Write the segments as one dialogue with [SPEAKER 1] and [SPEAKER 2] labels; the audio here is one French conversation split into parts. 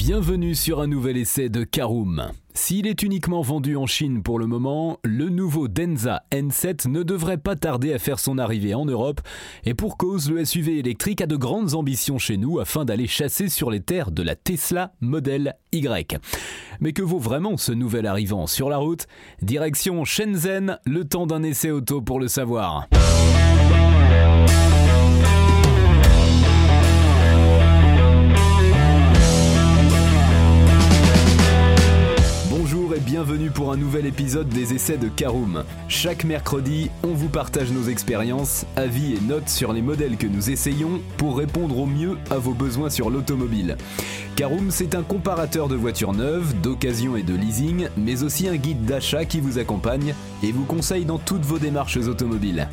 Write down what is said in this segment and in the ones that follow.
[SPEAKER 1] Bienvenue sur un nouvel essai de Caroom. S'il est uniquement vendu en Chine pour le moment, le nouveau Denza N7 ne devrait pas tarder à faire son arrivée en Europe. Et pour cause, le SUV électrique a de grandes ambitions chez nous afin d'aller chasser sur les terres de la Tesla Model Y. Mais que vaut vraiment ce nouvel arrivant sur la route ? Direction Shenzhen, le temps d'un essai auto pour le savoir. Bonjour et bienvenue pour un nouvel épisode des essais de Caroom. Chaque mercredi, on vous partage nos expériences, avis et notes sur les modèles que nous essayons pour répondre au mieux à vos besoins sur l'automobile. Caroom, c'est un comparateur de voitures neuves, d'occasion et de leasing, mais aussi un guide d'achat qui vous accompagne et vous conseille dans toutes vos démarches automobiles.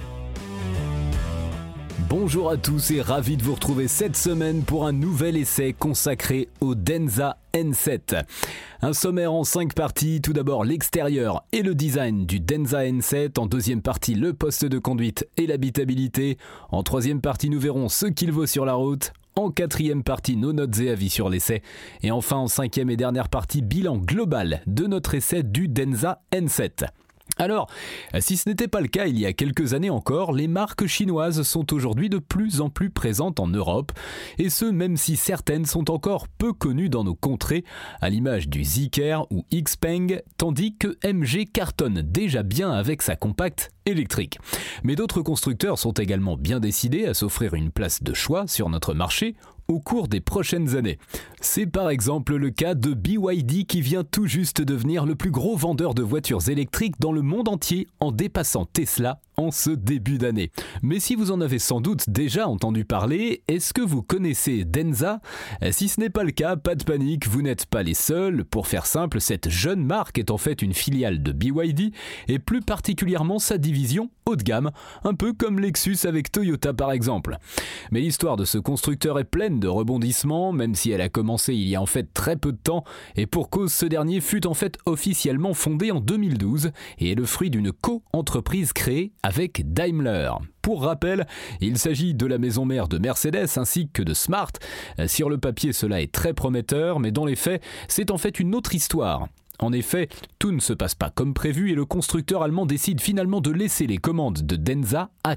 [SPEAKER 1] Bonjour à tous et ravi de vous retrouver cette semaine pour un nouvel essai consacré au Denza N7. Un sommaire en 5 parties, tout d'abord l'extérieur et le design du Denza N7, en deuxième partie le poste de conduite et l'habitabilité, en troisième partie nous verrons ce qu'il vaut sur la route, en quatrième partie nos notes et avis sur l'essai, et enfin en cinquième et dernière partie bilan global de notre essai du Denza N7. Alors, si ce n'était pas le cas il y a quelques années encore, les marques chinoises sont aujourd'hui de plus en plus présentes en Europe, et ce même si certaines sont encore peu connues dans nos contrées, à l'image du Zeekr ou Xpeng, tandis que MG cartonne déjà bien avec sa compacte électrique. Mais d'autres constructeurs sont également bien décidés à s'offrir une place de choix sur notre marché au cours des prochaines années. C'est par exemple le cas de BYD qui vient tout juste devenir le plus gros vendeur de voitures électriques dans le monde entier en dépassant Tesla en ce début d'année. Mais si vous en avez sans doute déjà entendu parler, est-ce que vous connaissez Denza ? Si ce n'est pas le cas, pas de panique, vous n'êtes pas les seuls. Pour faire simple, cette jeune marque est en fait une filiale de BYD et plus particulièrement sa division haut de gamme, un peu comme Lexus avec Toyota par exemple. Mais l'histoire de ce constructeur est pleine de rebondissements, même si elle a commencé il y a en fait très peu de temps, et pour cause ce dernier fut en fait officiellement fondé en 2012 et est le fruit d'une co-entreprise créée avec Daimler. Pour rappel, il s'agit de la maison mère de Mercedes ainsi que de Smart. Sur le papier cela est très prometteur, mais dans les faits, c'est en fait une autre histoire. En effet, tout ne se passe pas comme prévu et le constructeur allemand décide finalement de laisser les commandes de Denza à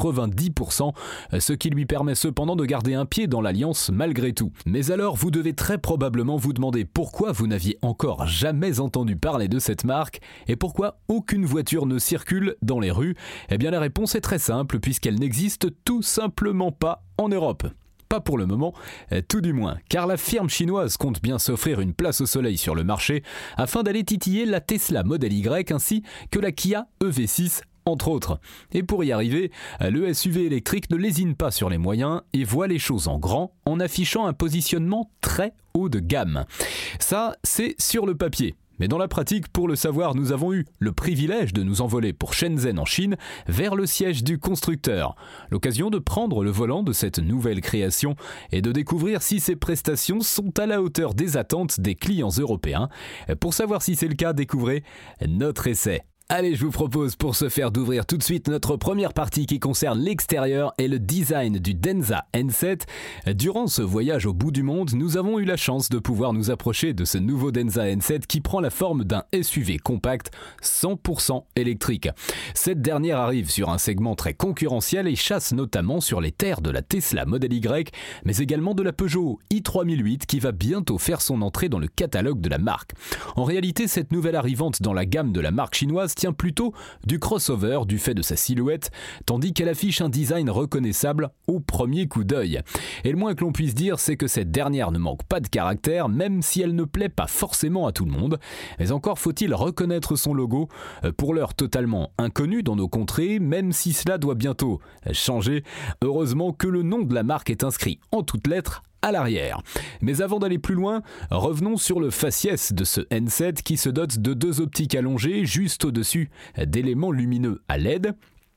[SPEAKER 1] 90%, ce qui lui permet cependant de garder un pied dans l'alliance malgré tout. Mais alors, vous devez très probablement vous demander pourquoi vous n'aviez encore jamais entendu parler de cette marque et pourquoi aucune voiture ne circule dans les rues. Eh bien la réponse est très simple puisqu'elle n'existe tout simplement pas en Europe. Pas pour le moment, tout du moins, car la firme chinoise compte bien s'offrir une place au soleil sur le marché afin d'aller titiller la Tesla Model Y ainsi que la Kia EV6 entre autres. Et pour y arriver, le SUV électrique ne lésine pas sur les moyens et voit les choses en grand en affichant un positionnement très haut de gamme. Ça, c'est sur le papier. Mais dans la pratique, pour le savoir, nous avons eu le privilège de nous envoler pour Shenzhen en Chine, vers le siège du constructeur. L'occasion de prendre le volant de cette nouvelle création et de découvrir si ses prestations sont à la hauteur des attentes des clients européens. Pour savoir si c'est le cas, découvrez notre essai. Allez, je vous propose pour ce faire d'ouvrir tout de suite notre première partie qui concerne l'extérieur et le design du Denza N7. Durant ce voyage au bout du monde, nous avons eu la chance de pouvoir nous approcher de ce nouveau Denza N7 qui prend la forme d'un SUV compact 100% électrique. Cette dernière arrive sur un segment très concurrentiel et chasse notamment sur les terres de la Tesla Model Y, mais également de la Peugeot i3008 qui va bientôt faire son entrée dans le catalogue de la marque. En réalité, cette nouvelle arrivante dans la gamme de la marque chinoise tient plutôt du crossover du fait de sa silhouette, tandis qu'elle affiche un design reconnaissable au premier coup d'œil. Et le moins que l'on puisse dire, c'est que cette dernière ne manque pas de caractère, même si elle ne plaît pas forcément à tout le monde. Mais encore faut-il reconnaître son logo, pour l'heure totalement inconnu dans nos contrées, même si cela doit bientôt changer. Heureusement que le nom de la marque est inscrit en toutes lettres à l'arrière. Mais avant d'aller plus loin, revenons sur le faciès de ce N7 qui se dote de 2 optiques allongées juste au-dessus d'éléments lumineux à LED.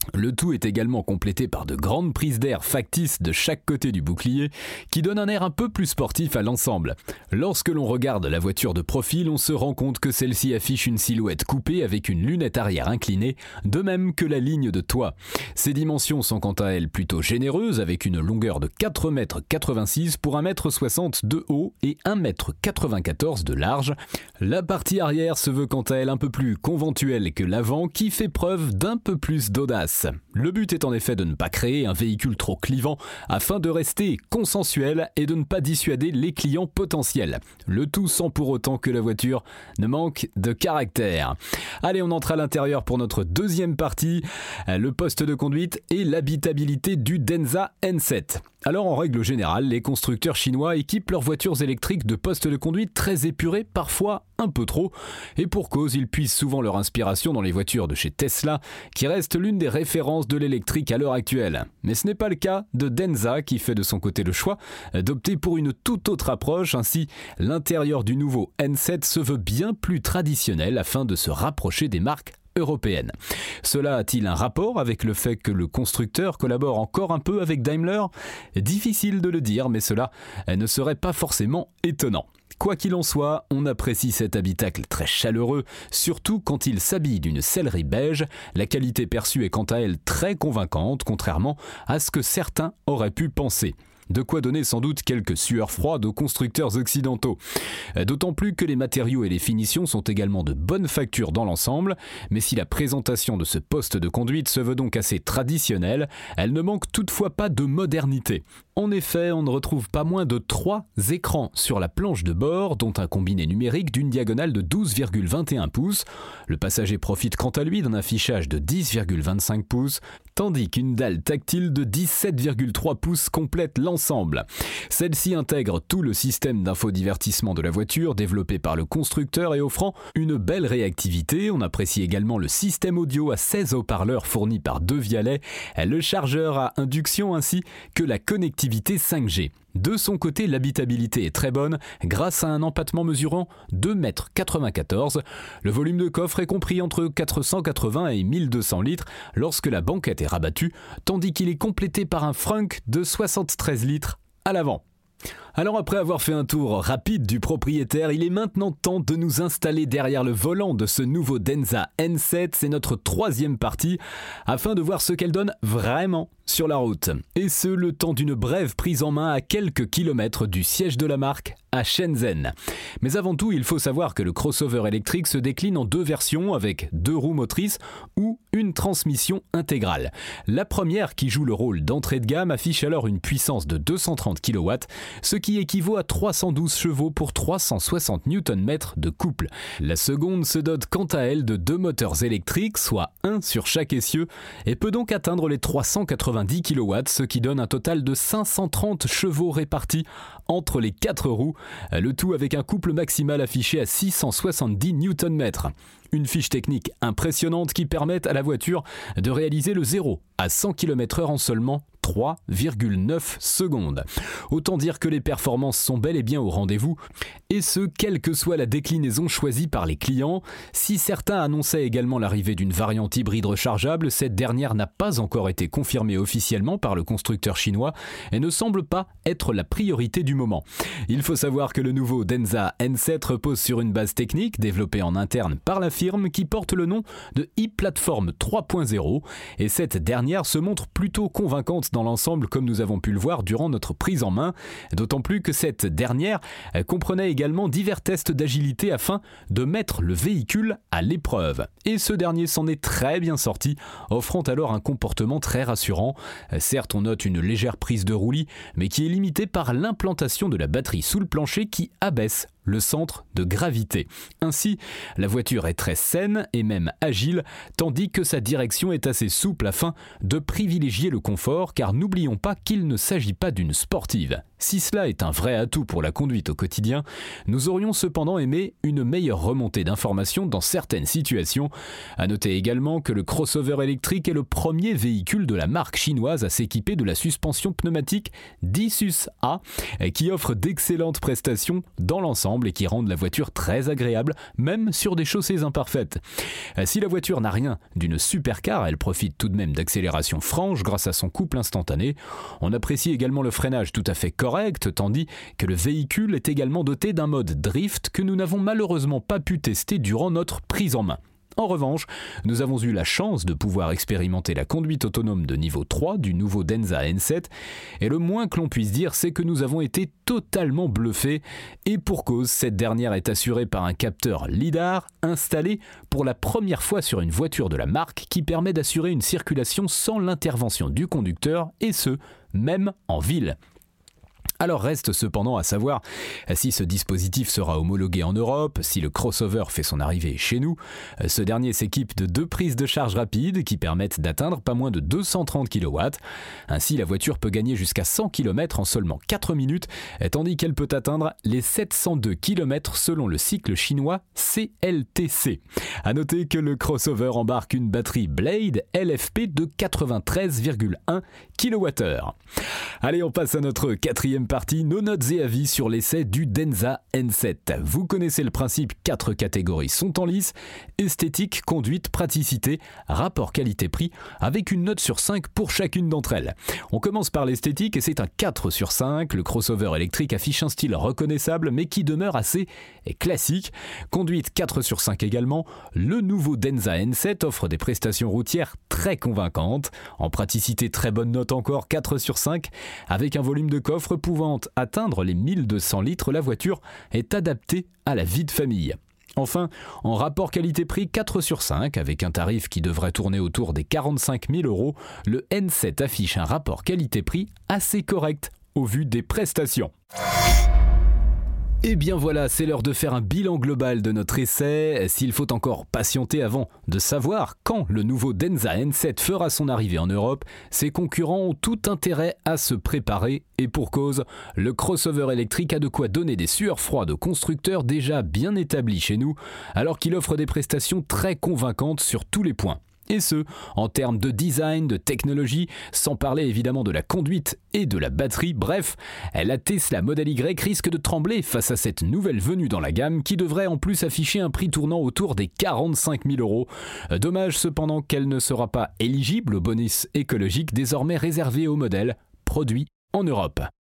[SPEAKER 1] Le tout est également complété par de grandes prises d'air factices de chaque côté du bouclier qui donnent un air un peu plus sportif à l'ensemble. Lorsque l'on regarde la voiture de profil, on se rend compte que celle-ci affiche une silhouette coupée avec une lunette arrière inclinée, de même que la ligne de toit. Ses dimensions sont quant à elles plutôt généreuses avec une longueur de 4,86 m pour 1,60 m de haut et 1,94 m de large. La partie arrière se veut quant à elle un peu plus conventuelle que l'avant qui fait preuve d'un peu plus d'audace. Le but est en effet de ne pas créer un véhicule trop clivant afin de rester consensuel et de ne pas dissuader les clients potentiels. Le tout sans pour autant que la voiture ne manque de caractère. Allez, on entre à l'intérieur pour notre deuxième partie, le poste de conduite et l'habitabilité du Denza N7. Alors en règle générale, les constructeurs chinois équipent leurs voitures électriques de postes de conduite très épurés, parfois un peu trop, et pour cause, ils puisent souvent leur inspiration dans les voitures de chez Tesla, qui reste l'une des références de l'électrique à l'heure actuelle. Mais ce n'est pas le cas de Denza, qui fait de son côté le choix d'opter pour une toute autre approche. Ainsi, l'intérieur du nouveau N7 se veut bien plus traditionnel afin de se rapprocher des marques européenne. Cela a-t-il un rapport avec le fait que le constructeur collabore encore un peu avec Daimler ? Difficile de le dire, mais cela ne serait pas forcément étonnant. Quoi qu'il en soit, on apprécie cet habitacle très chaleureux, surtout quand il s'habille d'une sellerie beige. La qualité perçue est quant à elle très convaincante, contrairement à ce que certains auraient pu penser. De quoi donner sans doute quelques sueurs froides aux constructeurs occidentaux. D'autant plus que les matériaux et les finitions sont également de bonne facture dans l'ensemble, mais si la présentation de ce poste de conduite se veut donc assez traditionnelle, elle ne manque toutefois pas de modernité. En effet, on ne retrouve pas moins de 3 écrans sur la planche de bord, dont un combiné numérique d'une diagonale de 12,21 pouces. Le passager profite quant à lui d'un affichage de 10,25 pouces, tandis qu'une dalle tactile de 17,3 pouces complète l'ensemble. Celle-ci intègre tout le système d'infodivertissement de la voiture développé par le constructeur et offrant une belle réactivité. On apprécie également le système audio à 16 haut-parleurs fournis par 2 Vialet, le chargeur à induction ainsi que la connectivité 5G. De son côté, l'habitabilité est très bonne grâce à un empattement mesurant 2,94 m. Le volume de coffre est compris entre 480 et 1200 litres lorsque la banquette est rabattue, tandis qu'il est complété par un frunk de 73 litres à l'avant. Alors après avoir fait un tour rapide du propriétaire, il est maintenant temps de nous installer derrière le volant de ce nouveau Denza N7. C'est notre troisième partie afin de voir ce qu'elle donne vraiment sur la route. Et ce, le temps d'une brève prise en main à quelques kilomètres du siège de la marque à Shenzhen. Mais avant tout, il faut savoir que le crossover électrique se décline en 2 versions avec 2 roues motrices ou une transmission intégrale. La première, qui joue le rôle d'entrée de gamme, affiche alors une puissance de 230 kW, ce qui équivaut à 312 chevaux pour 360 Nm de couple. La seconde se dote quant à elle de 2 moteurs électriques, soit un sur chaque essieu, et peut donc atteindre les 390 kW, ce qui donne un total de 530 chevaux répartis entre les 4 roues, le tout avec un couple maximal affiché à 670 Nm. Une fiche technique impressionnante qui permet à la voiture de réaliser le 0 à 100 km/h en seulement 3,9 secondes. Autant dire que les performances sont bel et bien au rendez-vous, et ce, quelle que soit la déclinaison choisie par les clients. Si certains annonçaient également l'arrivée d'une variante hybride rechargeable, cette dernière n'a pas encore été confirmée officiellement par le constructeur chinois et ne semble pas être la priorité du moment. Il faut savoir que le nouveau Denza N7 repose sur une base technique développée en interne par la firme qui porte le nom de e-Platform 3.0, et cette dernière se montre plutôt convaincante dans l'ensemble, comme nous avons pu le voir durant notre prise en main, d'autant plus que cette dernière comprenait également divers tests d'agilité afin de mettre le véhicule à l'épreuve. Et ce dernier s'en est très bien sorti, offrant alors un comportement très rassurant. Certes, on note une légère prise de roulis, mais qui est limitée par l'implantation de la batterie sous le plancher qui abaisse le centre de gravité. Ainsi, la voiture est très saine et même agile, tandis que sa direction est assez souple afin de privilégier le confort, car n'oublions pas qu'il ne s'agit pas d'une sportive. Si cela est un vrai atout pour la conduite au quotidien, nous aurions cependant aimé une meilleure remontée d'informations dans certaines situations. À noter également que le crossover électrique est le premier véhicule de la marque chinoise à s'équiper de la suspension pneumatique Disus A, qui offre d'excellentes prestations dans l'ensemble. ensemble et qui rendent la voiture très agréable, même sur des chaussées imparfaites. Si la voiture n'a rien d'une supercar, elle profite tout de même d'accélération franche grâce à son couple instantané. On apprécie également le freinage tout à fait correct, tandis que le véhicule est également doté d'un mode drift que nous n'avons malheureusement pas pu tester durant notre prise en main. En revanche, nous avons eu la chance de pouvoir expérimenter la conduite autonome de niveau 3 du nouveau Denza N7 et le moins que l'on puisse dire, c'est que nous avons été totalement bluffés et pour cause, cette dernière est assurée par un capteur LiDAR installé pour la première fois sur une voiture de la marque qui permet d'assurer une circulation sans l'intervention du conducteur et ce, même en ville. Alors reste cependant à savoir si ce dispositif sera homologué en Europe, si le crossover fait son arrivée chez nous. Ce dernier s'équipe de 2 prises de charge rapides qui permettent d'atteindre pas moins de 230 kW. Ainsi, la voiture peut gagner jusqu'à 100 km en seulement 4 minutes, tandis qu'elle peut atteindre les 702 km selon le cycle chinois CLTC. A noter que le crossover embarque une batterie Blade LFP de 93,1 kWh. Allez, on passe à notre quatrième partie, nos notes et avis sur l'essai du Denza N7. Vous connaissez le principe, 4 catégories sont en lice: esthétique, conduite, praticité, rapport qualité-prix, avec une note sur 5 pour chacune d'entre elles. On commence par l'esthétique et c'est un 4 sur 5. Le crossover électrique affiche un style reconnaissable mais qui demeure assez classique. Conduite 4 sur 5 également. Le nouveau Denza N7 offre des prestations routières très convaincantes. En praticité, très bonne note encore, 4 sur 5. Avec un volume de coffre pouvant atteindre les 1200 litres, la voiture est adaptée à la vie de famille. Enfin, en rapport qualité-prix, 4 sur 5, avec un tarif qui devrait tourner autour des 45 000 €, le N7 affiche un rapport qualité-prix assez correct au vu des prestations. Et bien voilà, c'est l'heure de faire un bilan global de notre essai. S'il faut encore patienter avant de savoir quand le nouveau Denza N7 fera son arrivée en Europe, ses concurrents ont tout intérêt à se préparer et pour cause, le crossover électrique a de quoi donner des sueurs froides aux constructeurs déjà bien établis chez nous, alors qu'il offre des prestations très convaincantes sur tous les points. Et ce, en termes de design, de technologie, sans parler évidemment de la conduite et de la batterie. Bref, la Tesla Model Y risque de trembler face à cette nouvelle venue dans la gamme qui devrait en plus afficher un prix tournant autour des 45 000 €. Dommage cependant qu'elle ne sera pas éligible au bonus écologique désormais réservé aux modèles produits en Europe.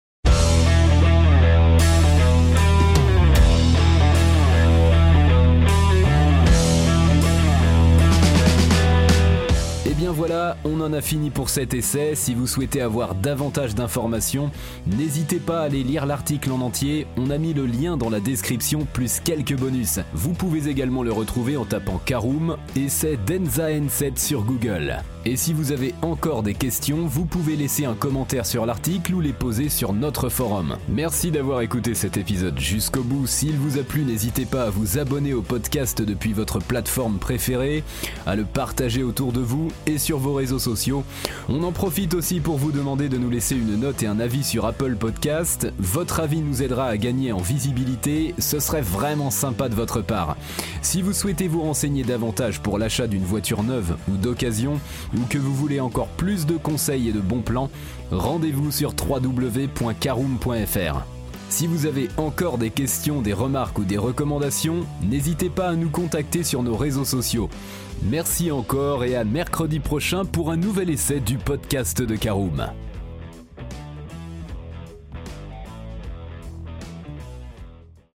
[SPEAKER 1] Et bien voilà, on en a fini pour cet essai. Si vous souhaitez avoir davantage d'informations, n'hésitez pas à aller lire l'article en entier. On a mis le lien dans la description plus quelques bonus. Vous pouvez également le retrouver en tapant Caroom et c'est Denza N7 sur Google. Et si vous avez encore des questions, vous pouvez laisser un commentaire sur l'article ou les poser sur notre forum. Merci d'avoir écouté cet épisode jusqu'au bout. S'il vous a plu, n'hésitez pas à vous abonner au podcast depuis votre plateforme préférée, à le partager autour de vous et sur vos réseaux sociaux. On en profite aussi pour vous demander de nous laisser une note et un avis sur Apple Podcast. Votre avis nous aidera à gagner en visibilité, ce serait vraiment sympa de votre part. Si vous souhaitez vous renseigner davantage pour l'achat d'une voiture neuve ou d'occasion, ou que vous voulez encore plus de conseils et de bons plans, rendez-vous sur www.caroom.fr. Si vous avez encore des questions, des remarques ou des recommandations, n'hésitez pas à nous contacter sur nos réseaux sociaux. Merci encore et à mercredi prochain pour un nouvel essai du podcast de Caroom.